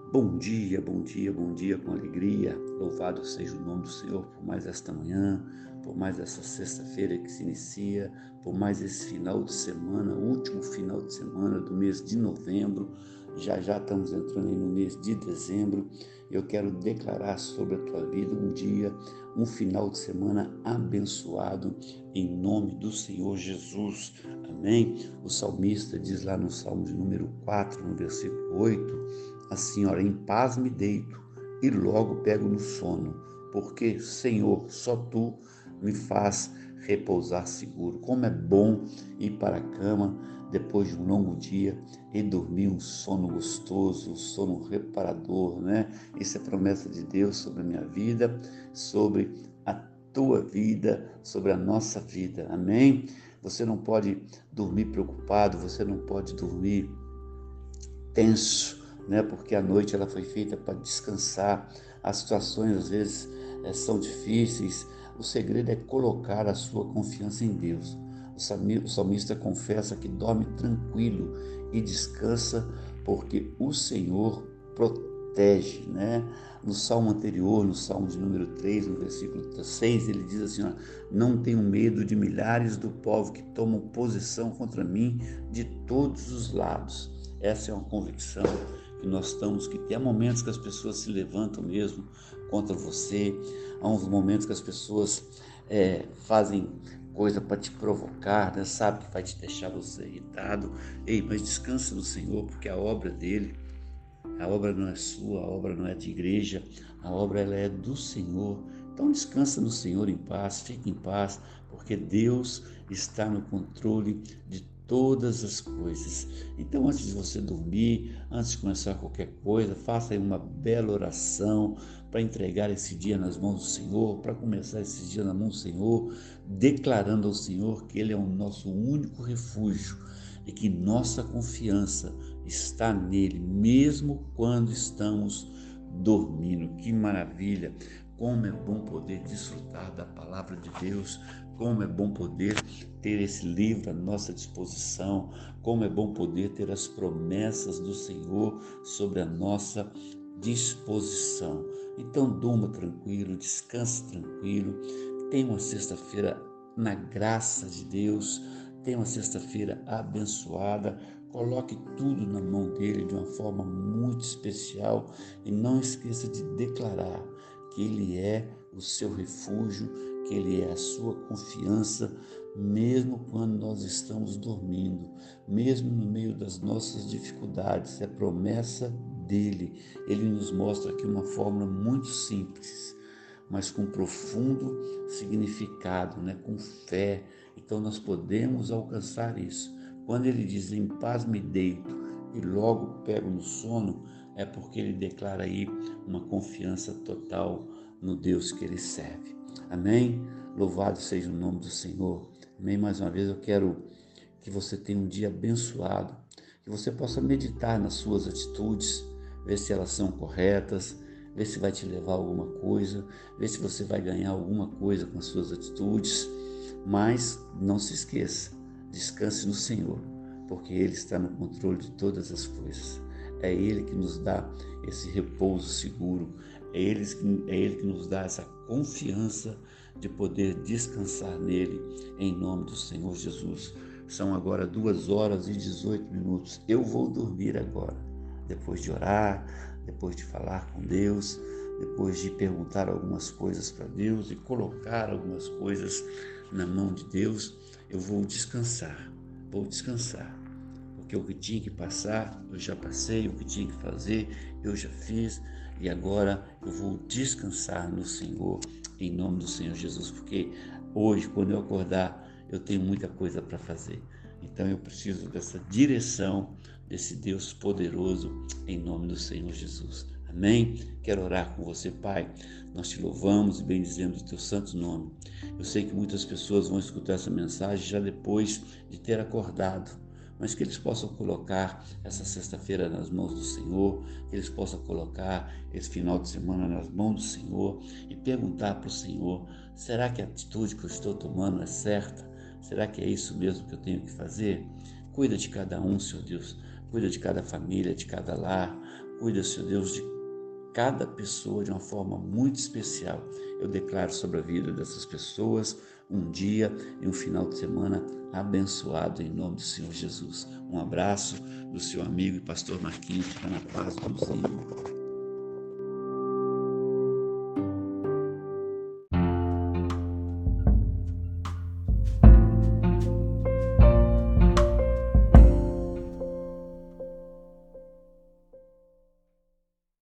Bom dia, bom dia, bom dia com alegria. Louvado seja o nome do Senhor por mais esta manhã, por mais essa sexta-feira que se inicia, por mais esse final de semana, último final de semana do mês de novembro. Já já estamos entrando aí no mês de dezembro. Eu quero declarar sobre a tua vida um final de semana abençoado em nome do Senhor Jesus. Amém? O salmista diz lá no Salmo de número 4, no versículo 8, assim, ora, em paz me deito e logo pego no sono, porque, Senhor, só Tu me faz repousar seguro. Como é bom ir para a cama depois de um longo dia e dormir um sono gostoso, um sono reparador, né? Isso é promessa de Deus sobre a minha vida, sobre a tua vida, sobre a nossa vida. Amém? Você não pode dormir preocupado, você não pode dormir tenso, né? Porque a noite ela foi feita para descansar. As situações às vezes são difíceis. O segredo é colocar a sua confiança em Deus. O salmista confessa que dorme tranquilo e descansa porque o Senhor protege, né? No salmo anterior, no salmo de número 3, no versículo 6, ele diz assim, ó, não tenho medo de milhares do povo que tomam posição contra mim de todos os lados. Essa é uma convicção que nós estamos, que há momentos que as pessoas se levantam mesmo contra você, há uns momentos que as pessoas fazem coisa para te provocar, né? Sabe que vai te deixar você irritado. Ei, mas descansa no Senhor, porque a obra dele, a obra não é sua, a obra não é de igreja, a obra ela é do Senhor. Então descansa no Senhor em paz, fique em paz, porque Deus está no controle de todas as coisas. Então antes de você dormir, antes de começar qualquer coisa, faça aí uma bela oração para entregar esse dia nas mãos do Senhor, para começar esse dia na mão do Senhor, declarando ao Senhor que Ele é o nosso único refúgio e que nossa confiança está nele, mesmo quando estamos dormindo. Que maravilha! Como é bom poder desfrutar da palavra de Deus, como é bom poder ter esse livro à nossa disposição, como é bom poder ter as promessas do Senhor sobre a nossa disposição. Então durma tranquilo, descanse tranquilo, tenha uma sexta-feira na graça de Deus, tenha uma sexta-feira abençoada. Coloque tudo na mão dele de uma forma muito especial e não esqueça de declarar que ele é o seu refúgio, que ele é a sua confiança, mesmo quando nós estamos dormindo, mesmo no meio das nossas dificuldades. É promessa dele. Ele nos mostra aqui uma fórmula muito simples, mas com profundo significado, né? Com fé. Então nós podemos alcançar isso. Quando ele diz em paz me deito e logo pego no sono, é porque ele declara aí uma confiança total no Deus que ele serve. Amém? Louvado seja o nome do Senhor. Amém? Mais uma vez eu quero que você tenha um dia abençoado, que você possa meditar nas suas atitudes, ver se elas são corretas, ver se vai te levar a alguma coisa, ver se você vai ganhar alguma coisa com as suas atitudes, mas não se esqueça, descanse no Senhor, porque Ele está no controle de todas as coisas. É Ele que nos dá esse repouso seguro, é Ele que nos dá essa confiança de poder descansar nele, em nome do Senhor Jesus. São agora 2h18. Eu vou dormir agora, depois de orar, depois de falar com Deus, depois de perguntar algumas coisas para Deus e colocar algumas coisas na mão de Deus, eu vou descansar, porque o que tinha que passar, eu já passei, o que tinha que fazer, eu já fiz, e agora eu vou descansar no Senhor, em nome do Senhor Jesus, porque hoje, quando eu acordar, eu tenho muita coisa para fazer. Então eu preciso dessa direção desse Deus poderoso, em nome do Senhor Jesus. Amém? Quero orar com você, Pai. Nós te louvamos e bendizemos o teu santo nome. Eu sei que muitas pessoas vão escutar essa mensagem já depois de ter acordado, mas que eles possam colocar essa sexta-feira nas mãos do Senhor, que eles possam colocar esse final de semana nas mãos do Senhor e perguntar para o Senhor, será que a atitude que eu estou tomando é certa? Será que é isso mesmo que eu tenho que fazer? Cuida de cada um, Senhor Deus. cuida de cada família, de cada lar, cuida, Senhor Deus, de cada pessoa de uma forma muito especial. Eu declaro sobre a vida dessas pessoas um dia e um final de semana abençoado em nome do Senhor Jesus. Um abraço do seu amigo e pastor Marquinhos, fica na paz do Senhor.